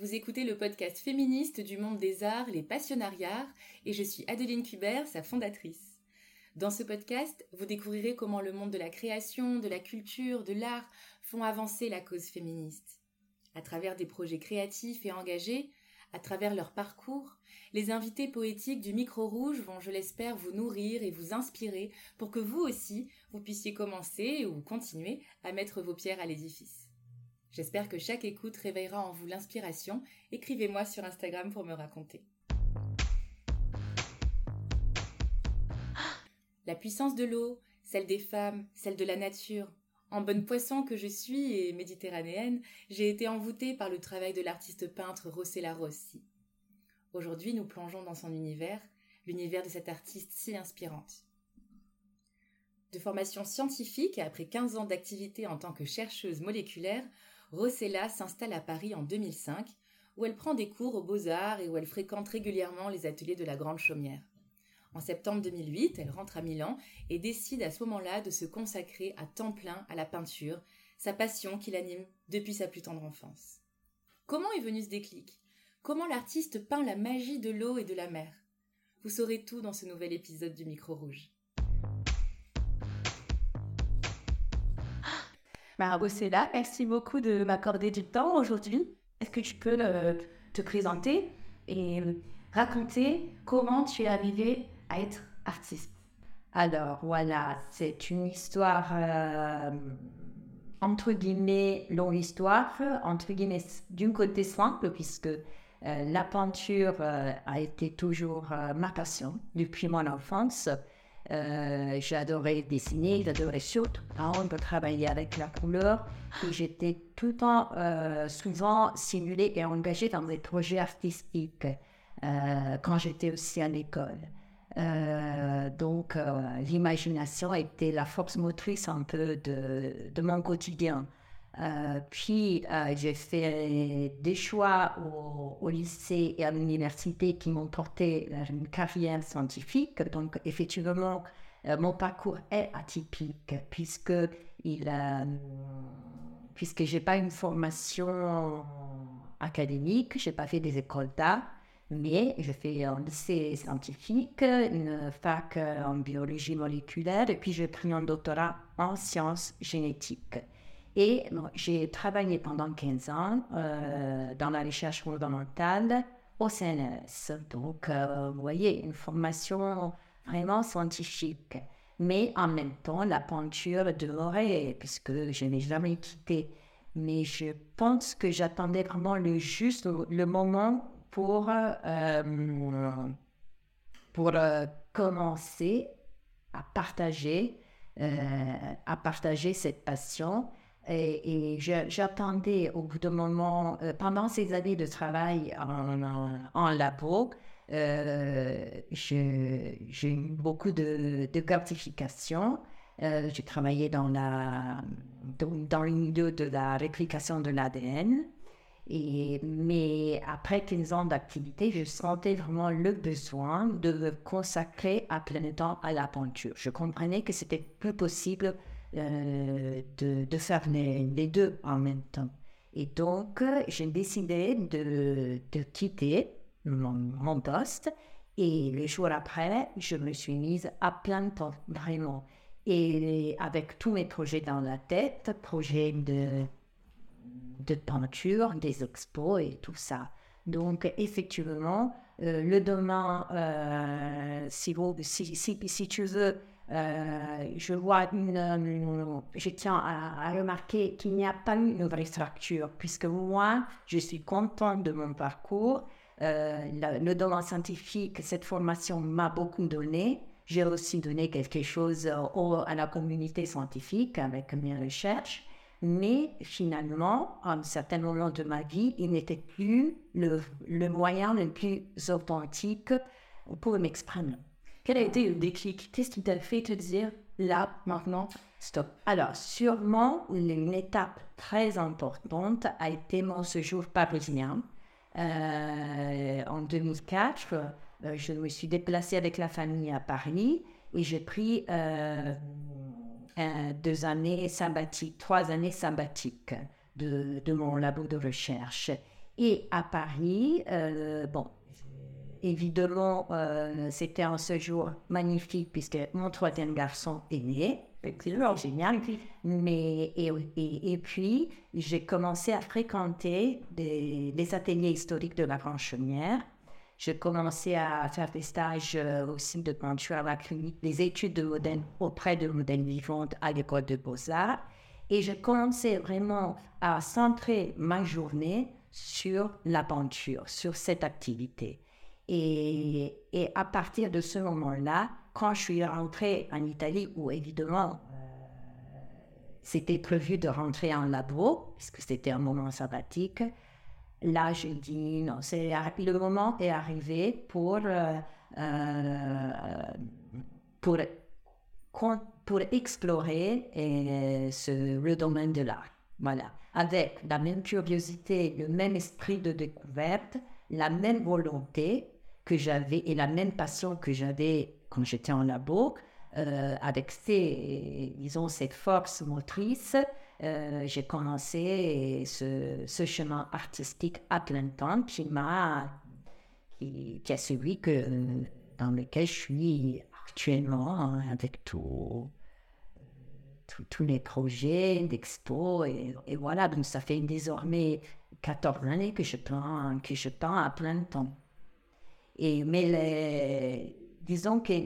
Vous écoutez le podcast féministe du monde des arts, les passionnariats, et je suis Adeline Kubert, sa fondatrice. Dans ce podcast, vous découvrirez comment le monde de la création, de la culture, de l'art font avancer la cause féministe. À travers des projets créatifs et engagés, à travers leur parcours, les invités poétiques du Micro Rouge vont, je l'espère, vous nourrir et vous inspirer pour que vous aussi, vous puissiez commencer ou continuer à mettre vos pierres à l'édifice. J'espère que chaque écoute réveillera en vous l'inspiration. Écrivez-moi sur Instagram pour me raconter. La puissance de l'eau, celle des femmes, celle de la nature. En bonne poisson que je suis et méditerranéenne, j'ai été envoûtée par le travail de l'artiste peintre Rossella Rossi. Aujourd'hui, nous plongeons dans son univers, l'univers de cette artiste si inspirante. De formation scientifique et après 15 ans d'activité en tant que chercheuse moléculaire, Rossella s'installe à Paris en 2005, où elle prend des cours aux Beaux-Arts et où elle fréquente régulièrement les ateliers de la Grande Chaumière. En septembre 2008, elle rentre à Milan et décide à ce moment-là de se consacrer à temps plein à la peinture, sa passion qui l'anime depuis sa plus tendre enfance. Comment est venu ce déclic ? Comment l'artiste peint la magie de l'eau et de la mer ? Vous saurez tout dans ce nouvel épisode du Micro Rouge. Rossella, merci beaucoup de m'accorder du temps aujourd'hui. Est-ce que tu peux te présenter et raconter comment tu es arrivée à être artiste? Alors voilà, c'est une histoire entre guillemets longue histoire, entre guillemets d'un côté simple puisque la peinture a été toujours ma passion depuis mon enfance. J'adorais dessiner, j'adorais surtout peindre, travailler avec la couleur. Et j'étais tout le temps souvent stimulée et engagée dans des projets artistiques quand j'étais aussi à l'école. Donc l'imagination était la force motrice un peu de mon quotidien. Puis j'ai fait des choix au lycée et à l'université qui m'ont porté vers une carrière scientifique. Donc effectivement, mon parcours est atypique puisque j'ai pas une formation académique, j'ai pas fait des écoles d'art, mais j'ai fait un lycée scientifique, une fac en biologie moléculaire et puis j'ai pris un doctorat en sciences génétiques. Et j'ai travaillé pendant 15 ans dans la recherche fondamentale au CNRS. Donc, vous voyez, une formation vraiment scientifique. Mais en même temps, la peinture demeurait, puisque je n'ai jamais quitté. Mais je pense que j'attendais vraiment le moment pour commencer à partager cette passion. Et j'attendais au bout d'un moment, pendant ces années de travail en labo, j'ai eu beaucoup de gratification. J'ai travaillé dans le milieu de la réplication de l'ADN. Mais après 15 ans d'activité, je sentais vraiment le besoin de me consacrer à plein temps à la peinture. Je comprenais que c'était plus possible de faire les deux en même temps. Et donc, j'ai décidé de quitter mon poste. Et le jour après, je me suis mise à plein temps, vraiment. Et avec tous mes projets dans la tête, projets de peinture, des expos et tout ça. Donc, effectivement, le domaine, si tu veux, je tiens à remarquer qu'il n'y a pas eu une vraie structure, puisque moi, je suis contente de mon parcours. Le domaine scientifique, cette formation m'a beaucoup donné. J'ai aussi donné quelque chose à la communauté scientifique avec mes recherches. Mais finalement, à un certain moment de ma vie, il n'était plus le moyen le plus authentique pour m'exprimer. Quel a été le déclic? Qu'est-ce qui t'a fait te dire, là, maintenant, stop? Alors, sûrement, une étape très importante a été mon séjour parisien. En 2004, je me suis déplacée avec la famille à Paris et j'ai pris 3 années sabbatiques de mon labo de recherche. Et à Paris, bon, évidemment, c'était un séjour magnifique puisque mon troisième garçon est né. C'est génial. Et puis, j'ai commencé à fréquenter des ateliers historiques de la Franche-Chaumière. J'ai commencé à faire des stages aussi de peinture à la clinique, des études de modèles auprès de modèles vivantes à l'école de Beaux-Arts. Et j'ai commencé vraiment à centrer ma journée sur la peinture, sur cette activité. Et à partir de ce moment-là, quand je suis rentrée en Italie, où évidemment, c'était prévu de rentrer en labo, puisque c'était un moment sabbatique, là, j'ai dit non, le moment est arrivé pour explorer le domaine de l'art. Voilà. Avec la même curiosité, le même esprit de découverte, la même volonté que j'avais et la même passion que j'avais quand j'étais en labo, avec cette force motrice, j'ai commencé ce chemin artistique à plein temps qui a celui dans lequel je suis actuellement, hein, avec tous les projets d'expo et voilà. Donc ça fait désormais 14 années que je peins à plein temps. Disons que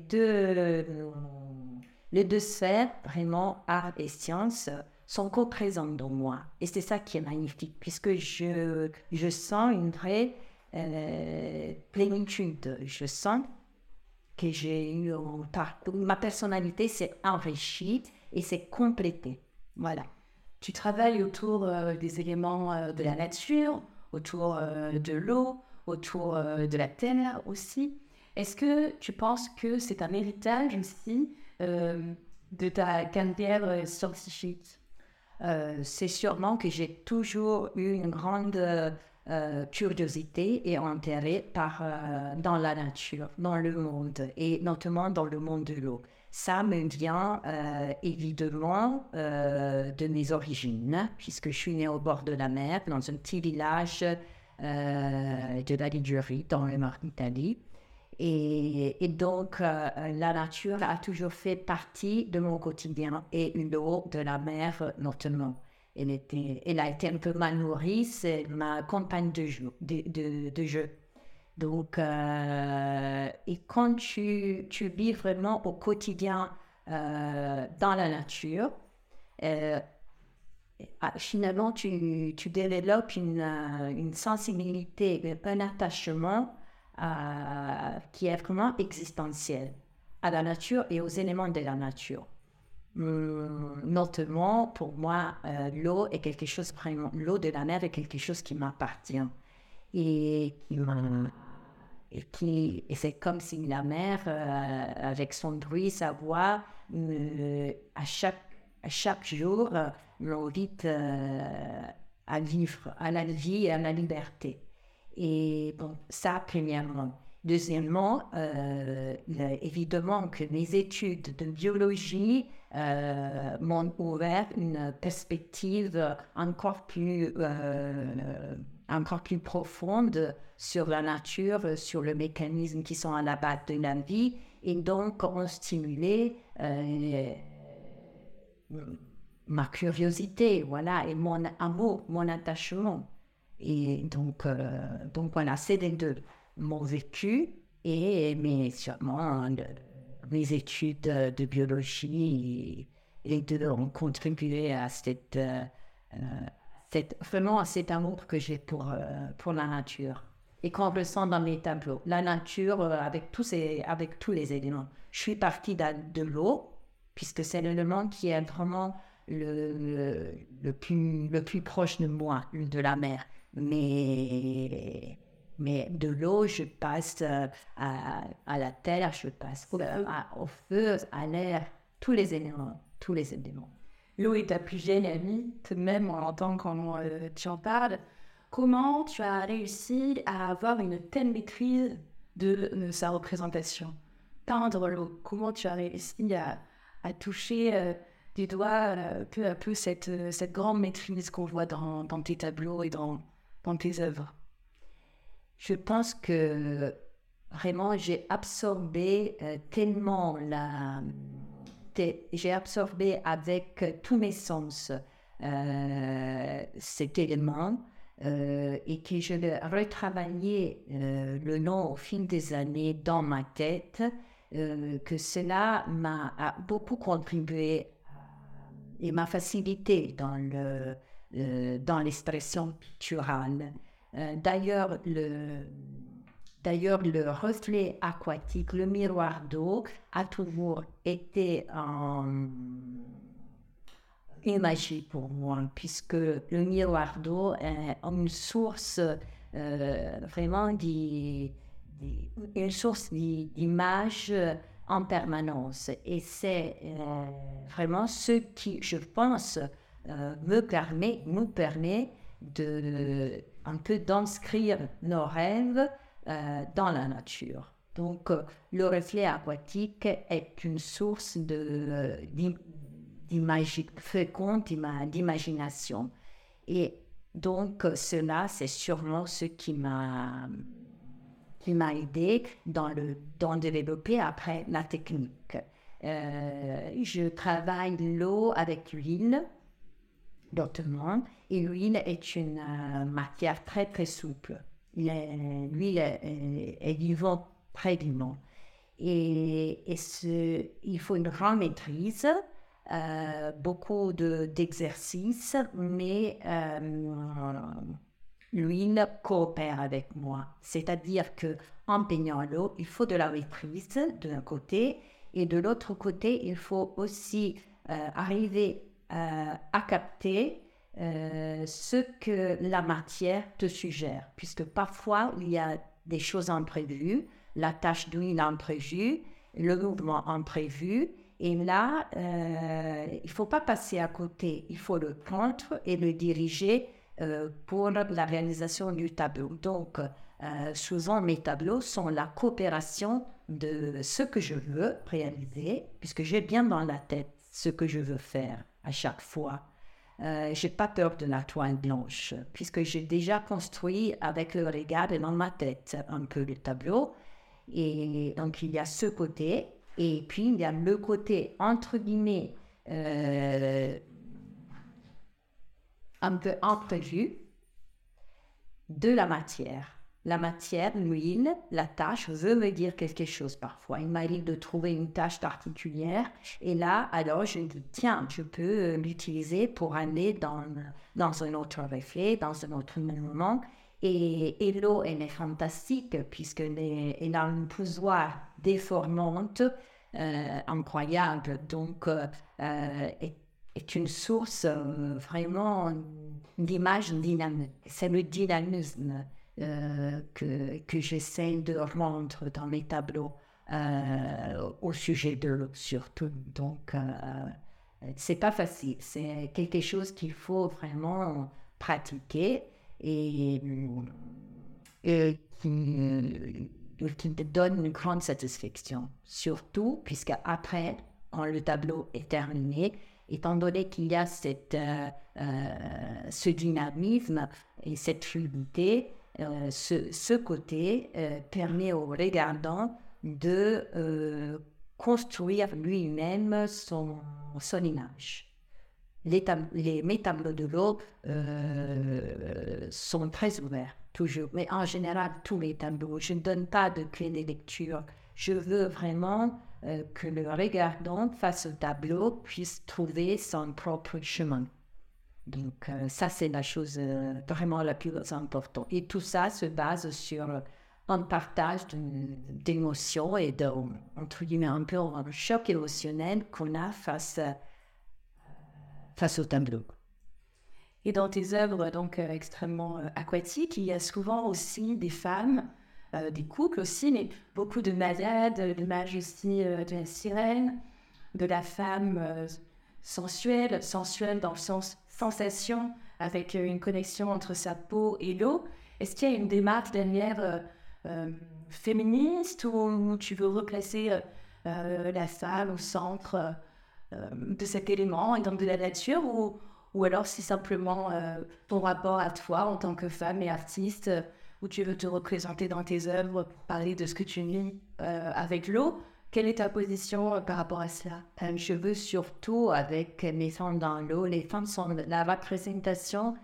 les deux sphères, vraiment art et science, sont co-présentes dans moi. Et c'est ça qui est magnifique, puisque je sens une vraie plénitude. Je sens que j'ai eu un parcours. Ma personnalité s'est enrichie et s'est complétée. Voilà. Tu travailles autour des éléments de la nature, autour de l'eau, autour de la terre aussi. Est-ce que tu penses que c'est un héritage aussi de ta carrière scientifique? C'est sûrement que j'ai toujours eu une grande curiosité et intérêt dans la nature, dans le monde, et notamment dans le monde de l'eau. Ça me vient évidemment de mes origines, puisque je suis née au bord de la mer, dans un petit village de la Ligurie, dans le nord d'Italie. Et donc, la nature a toujours fait partie de mon quotidien, et l'eau de la mer notamment. Elle a été un peu ma nourrice, ma compagne de jeu. Donc, et quand tu vis vraiment au quotidien dans la nature, finalement, tu développes une sensibilité, un attachement qui est vraiment existentiel à la nature et aux éléments de la nature. Notamment, pour moi, l'eau est quelque chose vraiment, l'eau de la mer est quelque chose qui m'appartient. Et c'est comme si la mer, avec son bruit, sa voix, à chaque jour, m'invite à vivre, à la vie et à la liberté. Et bon, ça, premièrement. Deuxièmement, évidemment que mes études de biologie m'ont ouvert une perspective encore plus profonde sur la nature, sur le mécanisme qui sont à la base de la vie, et donc ont stimulé ma curiosité, voilà, et mon amour, mon attachement. Et donc voilà, c'est les deux, mon vécu mais sûrement mes études de biologie, les deux ont contribué à vraiment à cet amour que j'ai pour la nature. Et qu'on ressent dans mes tableaux, la nature avec tous les éléments. Je suis partie de l'eau, puisque c'est l'élément qui est vraiment le plus proche de moi, de la mer. Mais de l'eau, je passe à la terre, je passe au feu, à l'air, tous les éléments. L'eau est ta plus vieille amie, tout de même on l'entend quand tu en parles. Comment tu as réussi à avoir une telle maîtrise de sa représentation? Peindre l'eau, comment tu as réussi à toucher du doigt peu à peu cette grande maîtrise qu'on voit dans tes tableaux et dans dans tes œuvres? Je pense que vraiment j'ai absorbé tellement j'ai absorbé avec tous mes sens cet élément et que je l'ai retravaillé le long au fil des années dans ma tête, que cela a beaucoup contribué et m'a facilité dans l'expression picturale. D'ailleurs, le reflet aquatique, le miroir d'eau, a toujours été une magie pour moi, puisque le miroir d'eau est une source vraiment une source d'images en permanence. Et c'est vraiment ce qui, je pense, nous permet un peu d'inscrire nos rêves dans la nature. Donc, le reflet aquatique est une source féconde d'imagination. Et donc, cela, c'est sûrement ce qui m'a aidé dans développer après la technique. Je travaille l'eau avec l'huile, d'autrement, et l'huile est une matière très très souple. L'huile est vivant, très vivant. Et il faut une grande maîtrise, beaucoup d'exercices, mais l'huile coopère avec moi. C'est-à-dire qu'en peignant l'eau, il faut de la maîtrise d'un côté, et de l'autre côté, il faut aussi arriver à capter ce que la matière te suggère, puisque parfois il y a des choses imprévues, la tache d'huile imprévue, le mouvement imprévu, et là, il ne faut pas passer à côté, il faut le prendre et le diriger pour la réalisation du tableau. Donc, souvent mes tableaux sont la coopération de ce que je veux réaliser, puisque j'ai bien dans la tête ce que je veux faire à chaque fois. J'ai pas peur de la toile blanche, puisque j'ai déjà construit avec le regard et dans ma tête un peu le tableau. Et donc il y a ce côté, et puis il y a le côté entre guillemets un peu imprévu de la matière. La matière, l'huile, la tache veut me dire quelque chose parfois. Il m'arrive de trouver une tache particulière et là, alors je dis, tiens, je peux l'utiliser pour aller dans un autre reflet, dans un autre moment. Et l'eau, elle est fantastique puisqu'elle a un pouvoir déformant incroyable. Donc, est une source vraiment d'images dynamiques. C'est le dynamisme que j'essaie de rendre dans mes tableaux au sujet de l'eau surtout. Donc, c'est pas facile. C'est quelque chose qu'il faut vraiment pratiquer et qui te donne une grande satisfaction. Surtout puisque après, quand le tableau est terminé, étant donné qu'il y a ce dynamisme et cette fluidité, ce côté permet au regardant de construire lui-même son image. Mes tableaux de l'eau sont très ouverts, toujours. Mais en général, tous les tableaux, je ne donne pas de clé de lecture. Je veux vraiment que le regardant face au tableau puisse trouver son propre chemin. Donc ça, c'est la chose vraiment la plus importante. Et tout ça se base sur un partage d'émotions et entre guillemets un peu un choc émotionnel qu'on a face au tableau. Et dans tes œuvres donc extrêmement aquatiques, il y a souvent aussi des femmes, des couples aussi, mais beaucoup de malades, l'image aussi de la sirène, de la femme sensuelle dans le sens sensation, avec une connexion entre sa peau et l'eau. Est-ce qu'il y a une démarche derrière féministe ou tu veux replacer la femme au centre de cet élément et donc de la nature ou ou alors c'est simplement ton rapport à toi en tant que femme et artiste, où tu veux te représenter dans tes œuvres pour parler de ce que tu vis avec l'eau. Quelle est ta position par rapport à cela? Je veux surtout, avec mes femmes dans l'eau, les femmes sont la représentation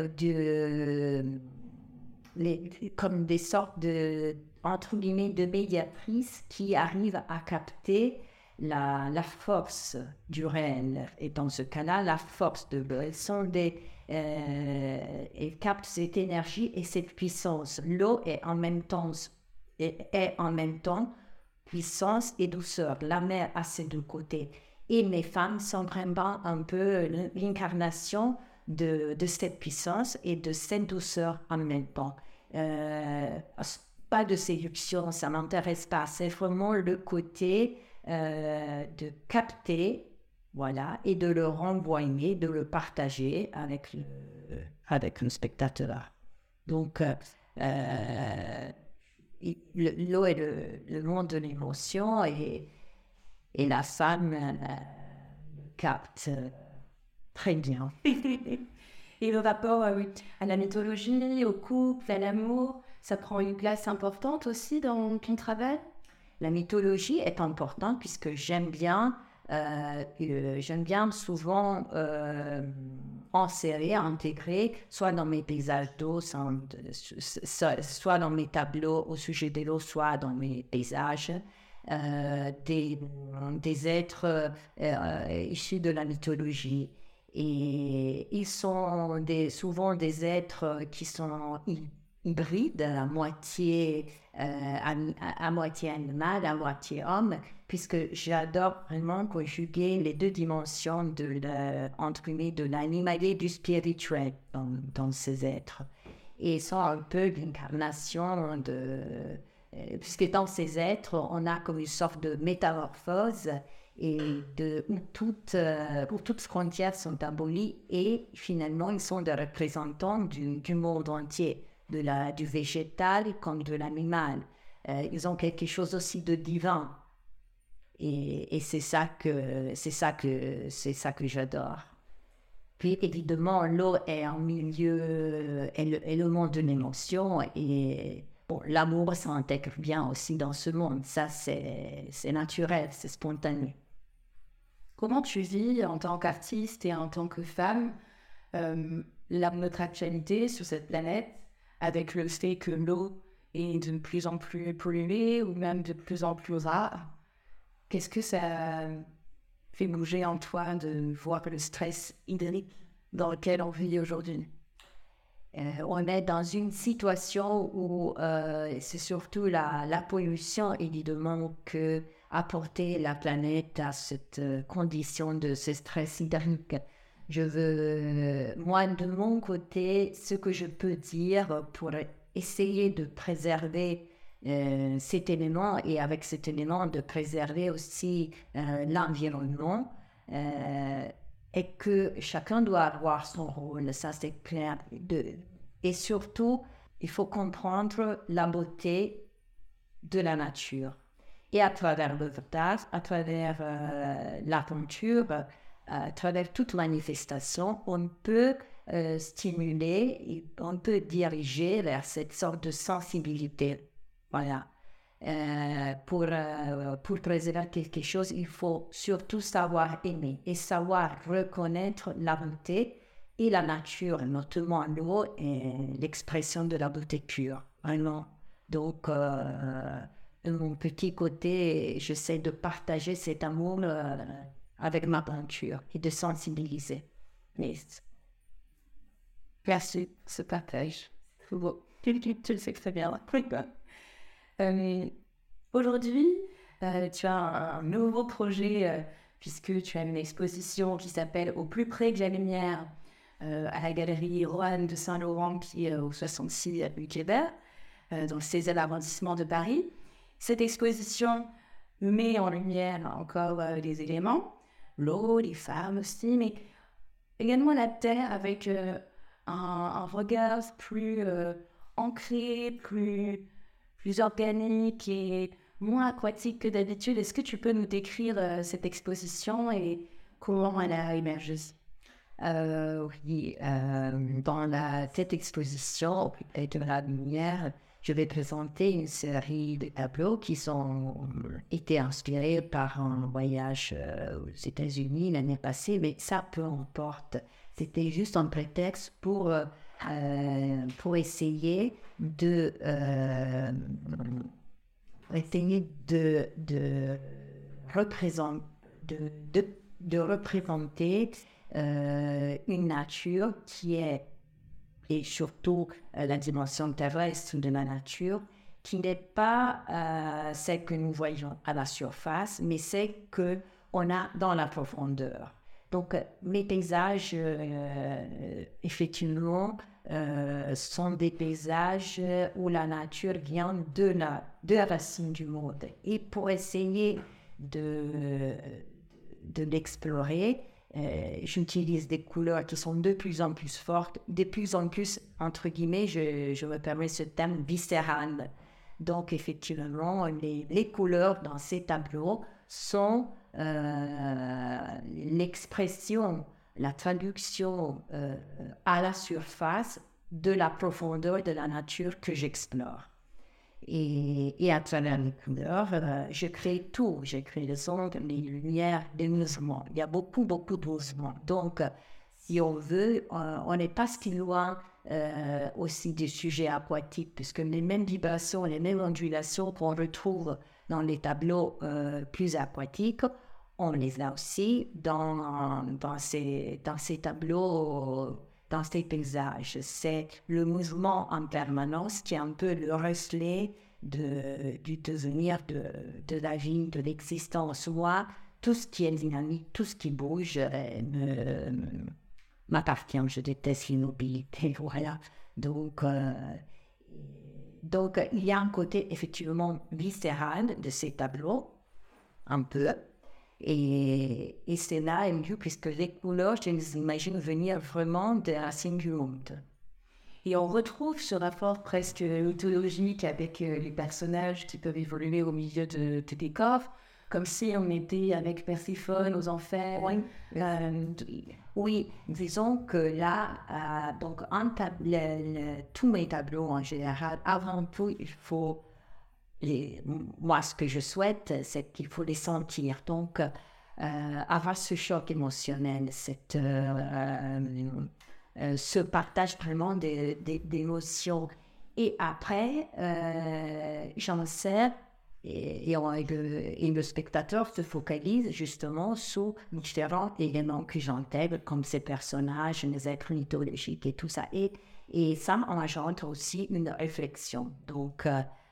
comme des sortes de, entre guillemets, de médiatrices qui arrivent à capter la force du réel. Et dans ce cas-là, la force de l'eau. Elles captent cette énergie et cette puissance. L'eau est en même temps puissance et douceur. La mer a ses deux côtés. Et mes femmes sont vraiment un peu l'incarnation de cette puissance et de cette douceur en même temps. Pas de séduction, ça ne m'intéresse pas. C'est vraiment le côté de capter, voilà, et de le renvoyer, de le partager avec le spectateur. Donc, l'eau est le monde de l'émotion et la femme capte très bien. Et le rapport à la mythologie, au couple, à l'amour, ça prend une place importante aussi dans ton travail? La mythologie est importante puisque j'aime bien souvent intégrer, soit dans mes paysages d'eau, soit dans mes tableaux au sujet de l'eau, soit dans mes paysages, des êtres issus de la mythologie. Et ils sont souvent des êtres qui sont hybrides, à moitié animal, à moitié homme, puisque j'adore vraiment conjuguer les deux dimensions entre guillemets, de l'animal et du spirituel dans ces êtres. Et ils sont un peu l'incarnation puisque dans ces êtres, on a comme une sorte de métamorphose et où toutes frontières sont abolies et finalement ils sont des représentants du monde entier, du végétal comme de l'animal. Ils ont quelque chose aussi de divin et c'est ça que j'adore. Puis évidemment l'eau est un milieu, est le monde de l'émotion et bon, l'amour s'intègre bien aussi dans ce monde. Ça c'est naturel, c'est spontané. Comment tu vis en tant qu'artiste et en tant que femme notre actualité sur cette planète avec le fait que l'eau est de plus en plus polluée ou même de plus en plus rare? Qu'est-ce que ça fait bouger en toi de voir le stress hydrique dans lequel on vit aujourd'hui? On est dans une situation où c'est surtout la pollution, évidemment, que apporter la planète à cette condition de ce stress hydrique. Moi, de mon côté, ce que je peux dire pour essayer de préserver cet élément et avec cet élément de préserver aussi l'environnement, et que chacun doit avoir son rôle, ça c'est clair. Et surtout, il faut comprendre la beauté de la nature. Et à travers l'œuvre, à travers la peinture, à travers toute manifestation, on peut stimuler, on peut diriger vers cette sorte de sensibilité. Voilà. Pour préserver quelque chose, il faut surtout savoir aimer et savoir reconnaître la beauté et la nature, notamment l'eau et l'expression de la beauté pure. Vraiment. Donc, de mon petit côté, j'essaie de partager cet amour avec ma peinture et de sensibiliser. Merci, ce partage. Tu le sais très bien. Aujourd'hui, tu as un nouveau projet puisque tu as une exposition qui s'appelle Au plus près de la lumière à la galerie Roanne de Saint-Laurent qui est au 66 rue Kléber, dans le 16e arrondissement de Paris. Cette exposition met en lumière encore des éléments, l'eau, les femmes aussi, mais également la terre avec un regard plus ancré, plus organique et moins aquatique que d'habitude. Est-ce que tu peux nous décrire cette exposition et comment elle a émergé? Oui, cette exposition de la lumière, je vais présenter une série de tableaux qui ont été inspirés par un voyage aux États-Unis l'année passée, mais ça, peu importe. C'était juste un prétexte pour essayer de représenter, de représenter une nature qui est, et surtout la dimension terrestre de la nature, qui n'est pas celle que nous voyons à la surface, mais celle qu'on a dans la profondeur. Donc, les paysages, effectivement, sont des paysages où la nature vient de la racine du monde. Et pour essayer de l'explorer, j'utilise des couleurs qui sont de plus en plus fortes, de plus en plus, entre guillemets, je me permets ce terme, viscéral. Donc, effectivement, les couleurs dans ces tableaux sont l'expression, la traduction à la surface de la profondeur de la nature que j'explore. Et à travers les couleurs, je crée tout. Je crée les ondes, les lumières, les mouvements. Il y a beaucoup de mouvements. Donc, si on veut, on n'est pas si loin aussi des sujets aquatiques, puisque les mêmes vibrations, les mêmes ondulations qu'on retrouve dans les tableaux plus aquatiques, on les a aussi dans ces tableaux, dans ces paysages. C'est le mouvement en permanence qui est un peu le reflet du devenir de la vie, de l'existence. Moi, tout ce qui est dynamique, tout ce qui bouge m'appartient. Je déteste l'immobilité, voilà. Donc, il y a un côté effectivement viscéral de ces tableaux, un peu. Et c'est là, puisque les couleurs, je les imagine venir vraiment des racines du monde. Et on retrouve ce rapport presque mythologique avec les personnages qui peuvent évoluer au milieu de décors, comme si on était avec Perséphone aux enfers. Oui, disons que là, donc tous mes tableaux en général, avant tout, il faut... moi, ce que je souhaite, c'est qu'il faut les sentir. Donc, avoir ce choc émotionnel, ce partage vraiment d'émotions. Et après, j'en sers et le spectateur se focalise justement sur différents éléments que j'intègre, comme ces personnages, les êtres mythologiques et tout ça. Et ça engendre aussi une réflexion. Donc,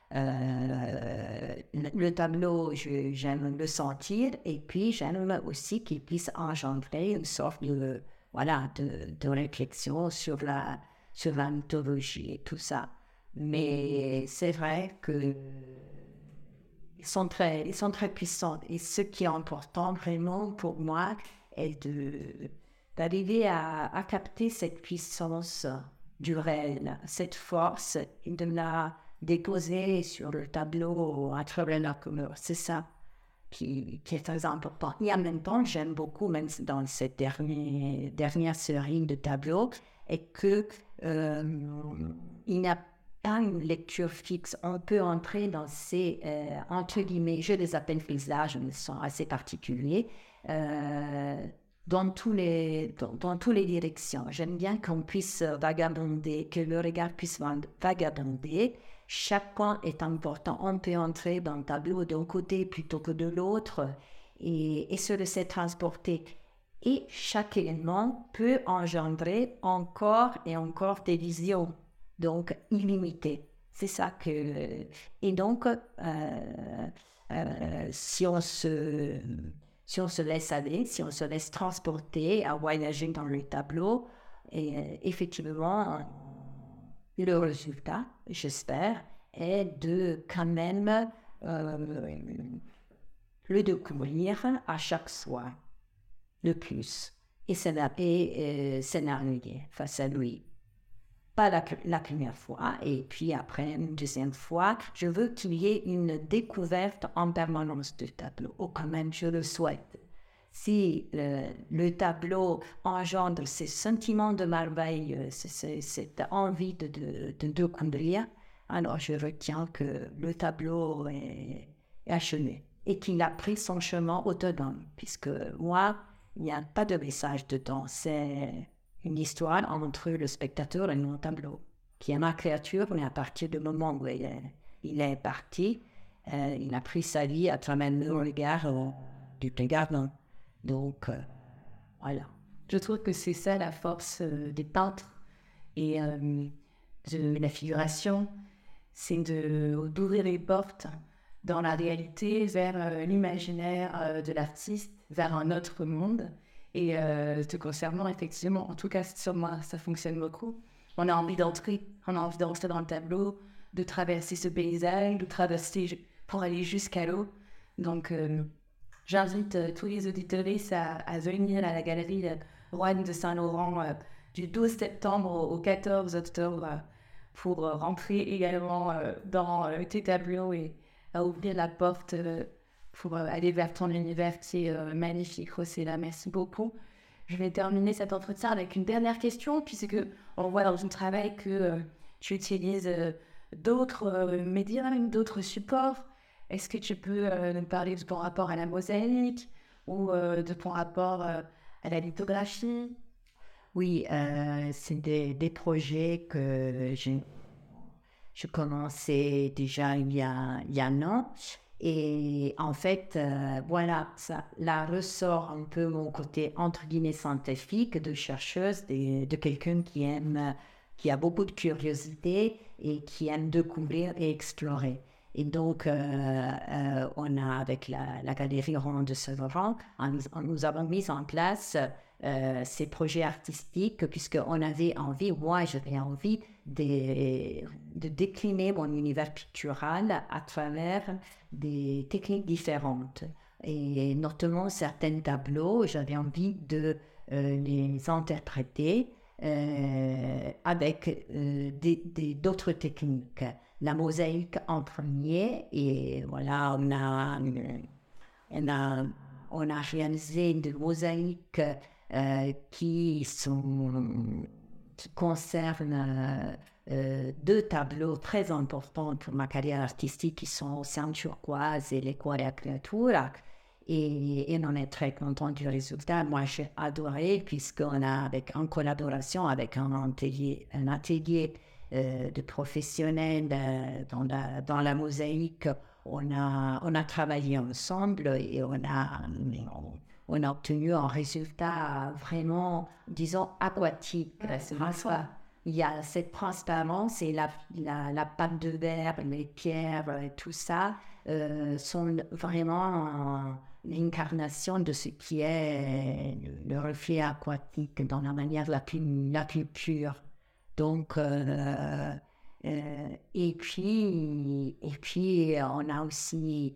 le tableau, j'aime le sentir, et puis j'aime aussi qu'il puisse engendrer une sorte de réflexion sur la mythologie et tout ça. Mais c'est vrai que ils sont très puissants, et ce qui est important vraiment pour moi est d'arriver à capter cette puissance du réel, cette force, et de la déposer sur le tableau à travers la couleur. C'est ça qui est très important. Et en même temps, j'aime beaucoup, même dans cette dernière série de tableaux, et que il n'y a pas une lecture fixe. On peut entrer dans ces, entre guillemets, je les appelle paysages, mais ils sont assez particuliers, dans toutes les directions. J'aime bien qu'on puisse vagabonder, que le regard puisse vagabonder. Chaque point est important. On peut entrer dans le tableau d'un côté plutôt que de l'autre et se laisser transporter. Et chaque élément peut engendrer encore et encore des visions, donc illimitées. C'est ça que... Et donc, si on se laisse aller, si on se laisse transporter à voyager dans le tableau, et effectivement, le résultat, j'espère, est de quand même le découvrir à chaque fois, le plus, et s'énerver face à lui. Pas la première fois, et puis après une deuxième fois, je veux qu'il y ait une découverte en permanence du tableau, ou quand même je le souhaite. si le tableau engendre ces sentiments de merveille, cette envie de découvrir, alors je retiens que le tableau est achevé et qu'il a pris son chemin autonome, puisque moi, il n'y a pas de message dedans. C'est une histoire entre le spectateur et mon tableau, qui est ma créature, mais à partir du moment où il est parti, il a pris sa vie à travers le regard du regardant. Donc, voilà. Je trouve que c'est ça la force des peintres et de la figuration, c'est d'ouvrir les portes dans la réalité vers l'imaginaire de l'artiste, vers un autre monde. Et te concernant, effectivement, en tout cas sur moi, ça fonctionne beaucoup. On a envie d'entrer dans le tableau, de traverser ce paysage, de traverser pour aller jusqu'à l'eau. Donc, j'invite tous les auditeurs à venir à la galerie Roanne de Saint-Laurent du 12 septembre au 14 octobre pour rentrer également dans tes tableaux et à ouvrir la porte pour aller vers ton univers qui est magnifique, Rossella. Merci beaucoup. Je vais terminer cet entretien avec une dernière question, puisque on voit dans ton travail que tu utilises d'autres médias, d'autres supports. Est-ce que tu peux nous parler de ton rapport à la mosaïque ou de ton rapport à la lithographie? Oui, c'est des projets que je commençais déjà il y a un an. Et en fait, voilà, ça là ressort un peu mon côté entre guillemets scientifique de chercheuse, de quelqu'un qui a beaucoup de curiosité et qui aime découvrir et explorer. Et donc, on a, avec la Galerie Roanne de Saint-Laurent, nous avons mis en place ces projets artistiques, puisqu'on avait envie, moi j'avais envie de décliner mon univers pictural à travers des techniques différentes. Et notamment certains tableaux, j'avais envie de les interpréter avec d'autres techniques. La mosaïque en premier, et voilà, on a réalisé des mosaïques qui concernent deux tableaux très importants pour ma carrière artistique, qui sont Océan turquoise et l'Equaria Creatura. Et on est très content du résultat. Moi, j'ai adoré, puisqu'on a, en collaboration avec un atelier de professionnels dans la mosaïque, on a travaillé ensemble et on a obtenu un résultat vraiment, disons, aquatique. Il y a cette transparence et la pâte de verre, les pierres, tout ça sont vraiment l'incarnation de ce qui est le reflet aquatique dans la manière la plus pure. Donc, et puis on a aussi,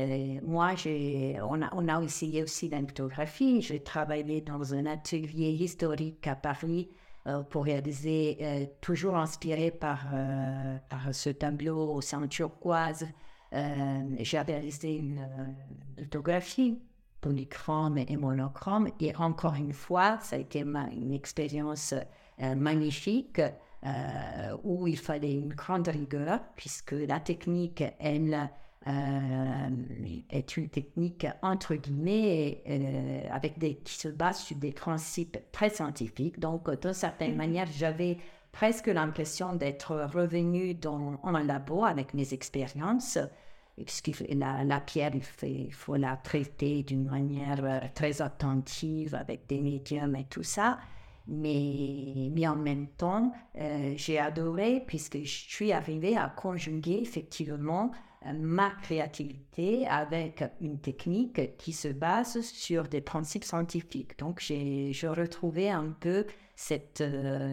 on a essayé aussi la lithographie. J'ai travaillé dans un atelier historique à Paris pour réaliser, toujours inspiré par ce tableau au sein turquoise. J'ai réalisé une lithographie polychrome et monochrome, et encore une fois, ça a été une expérience magnifique où il fallait une grande rigueur, puisque la technique, elle, est une technique entre guillemets qui se base sur des principes très scientifiques. Donc, d'une certaine manière, j'avais presque l'impression d'être revenue dans un labo avec mes expériences, puisque la pierre, il faut la traiter d'une manière très attentive avec des médiums et tout ça. Mais en même temps, j'ai adoré, puisque je suis arrivée à conjuguer effectivement ma créativité avec une technique qui se base sur des principes scientifiques. Donc, j'ai retrouvé un peu cette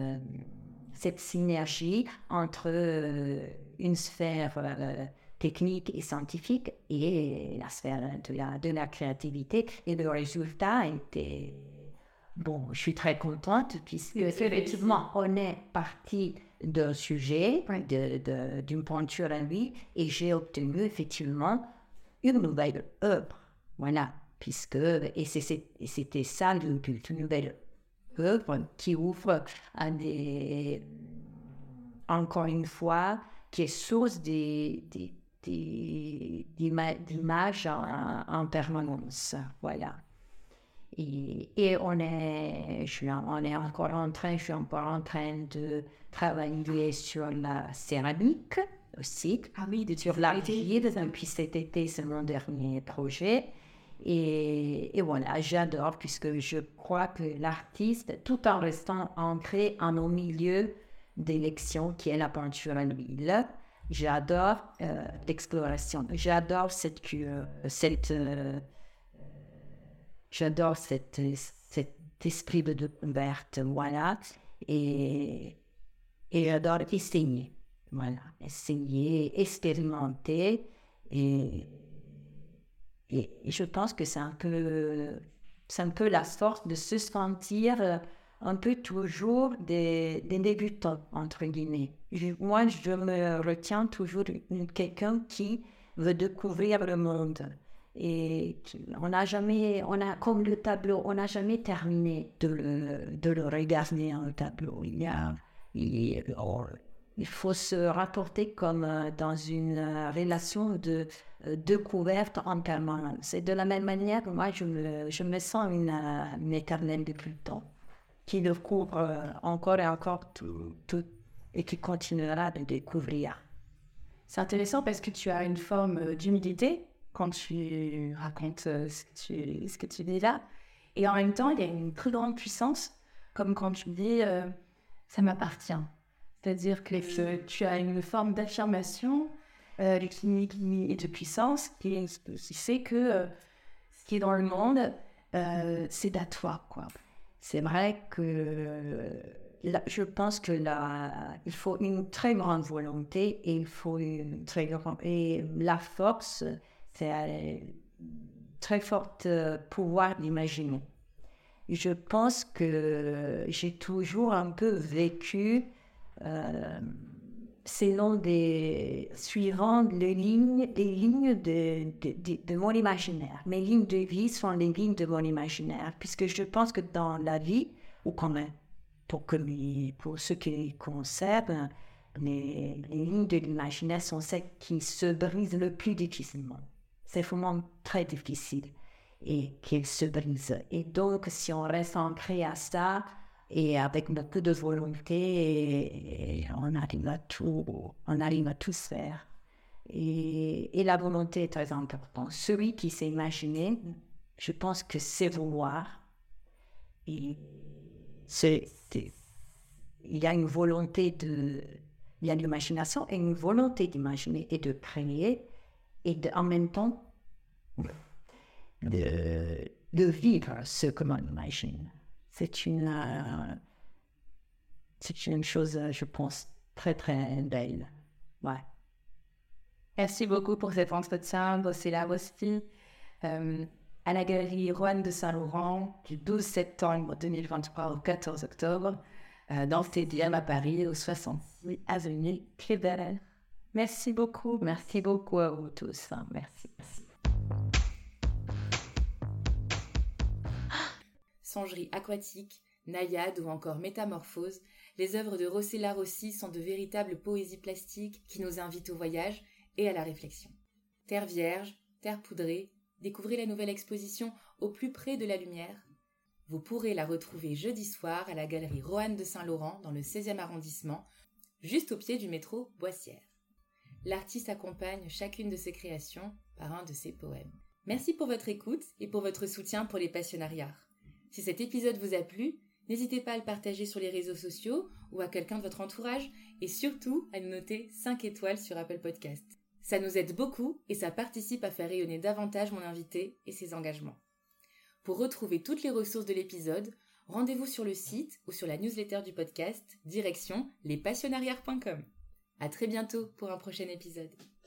synergie entre une sphère technique et scientifique et la sphère de la créativité. Et le résultat était... Bon, je suis très contente, puisque effectivement, on est parti d'un sujet, d'une peinture à lui, et j'ai obtenu effectivement une nouvelle œuvre. Voilà. et c'était ça le nouvelle œuvre qui ouvre à encore une fois, qui est source d'images en permanence. Voilà. Et je suis encore en train de travailler sur la céramique aussi. Ah oui, sur l'argile, depuis cet été, c'est mon dernier projet. Et voilà, j'adore, puisque je crois que l'artiste, tout en restant ancré en au milieu d'élection qui est la peinture à l'huile, j'adore l'exploration, j'adore cet esprit de découverte, voilà, et j'adore essayer, voilà, expérimenter, et je pense que c'est un peu la force de se sentir un peu toujours des débutants, entre guillemets. Moi, je me retiens toujours quelqu'un qui veut découvrir le monde. Et comme le tableau, on n'a jamais terminé de le regarder, un tableau. Il faut se rapporter comme dans une relation de découverte en permanence. Et de la même manière, moi, je me sens une éternelle débutant qui découvre encore et encore tout et qui continuera de découvrir. C'est intéressant parce que tu as une forme d'humilité quand tu racontes ce que tu dis là. Et en même temps, il y a une très grande puissance, comme quand tu dis ça m'appartient. C'est-à-dire que tu as une forme d'affirmation et de puissance qui fait que ce qui est dans le monde, c'est à toi, quoi. C'est vrai que je pense que il faut une très grande volonté et et la force, c'est un très fort pouvoir d'imaginer. Je pense que j'ai toujours un peu vécu suivant les lignes de mon imaginaire. Mes lignes de vie sont les lignes de mon imaginaire, puisque je pense que dans la vie, ou quand même, pour ce qui les concerne, les lignes de l'imaginaire sont celles qui se brisent le plus difficilement. C'est vraiment très difficile et qu'elles se brisent. Et donc, si on reste ancré à ça, et avec beaucoup de volonté, on arrive à tout faire. Et la volonté est très importante. Celui qui s'est imaginé, je pense que c'est vouloir. Et il y a une volonté il y a l'imagination et une volonté d'imaginer et de créer, et en même temps de vivre ce que l'on imagine. C'est une chose, je pense, très, très belle. Ouais. Merci beaucoup pour cet entretien, Rossella Rossi, à la galerie Roanne de Saint-Laurent, du 12 septembre 2023 au 14 octobre, dans le 7e à Paris, au 66 avenue Cléber. Merci beaucoup. Merci beaucoup à vous tous. Merci. Songerie aquatique, naïade ou encore métamorphose, les œuvres de Rossella Rossi sont de véritables poésies plastiques qui nous invitent au voyage et à la réflexion. Terre vierge, terre poudrée, découvrez la nouvelle exposition au plus près de la lumière. Vous pourrez la retrouver jeudi soir à la galerie Roanne de Saint-Laurent dans le 16e arrondissement, juste au pied du métro Boissière. L'artiste accompagne chacune de ses créations par un de ses poèmes. Merci pour votre écoute et pour votre soutien pour les passionnariats. Si cet épisode vous a plu, n'hésitez pas à le partager sur les réseaux sociaux ou à quelqu'un de votre entourage et surtout à nous noter 5 étoiles sur Apple Podcast. Ça nous aide beaucoup et ça participe à faire rayonner davantage mon invité et ses engagements. Pour retrouver toutes les ressources de l'épisode, rendez-vous sur le site ou sur la newsletter du podcast, direction lespassionnariats.com. À très bientôt pour un prochain épisode.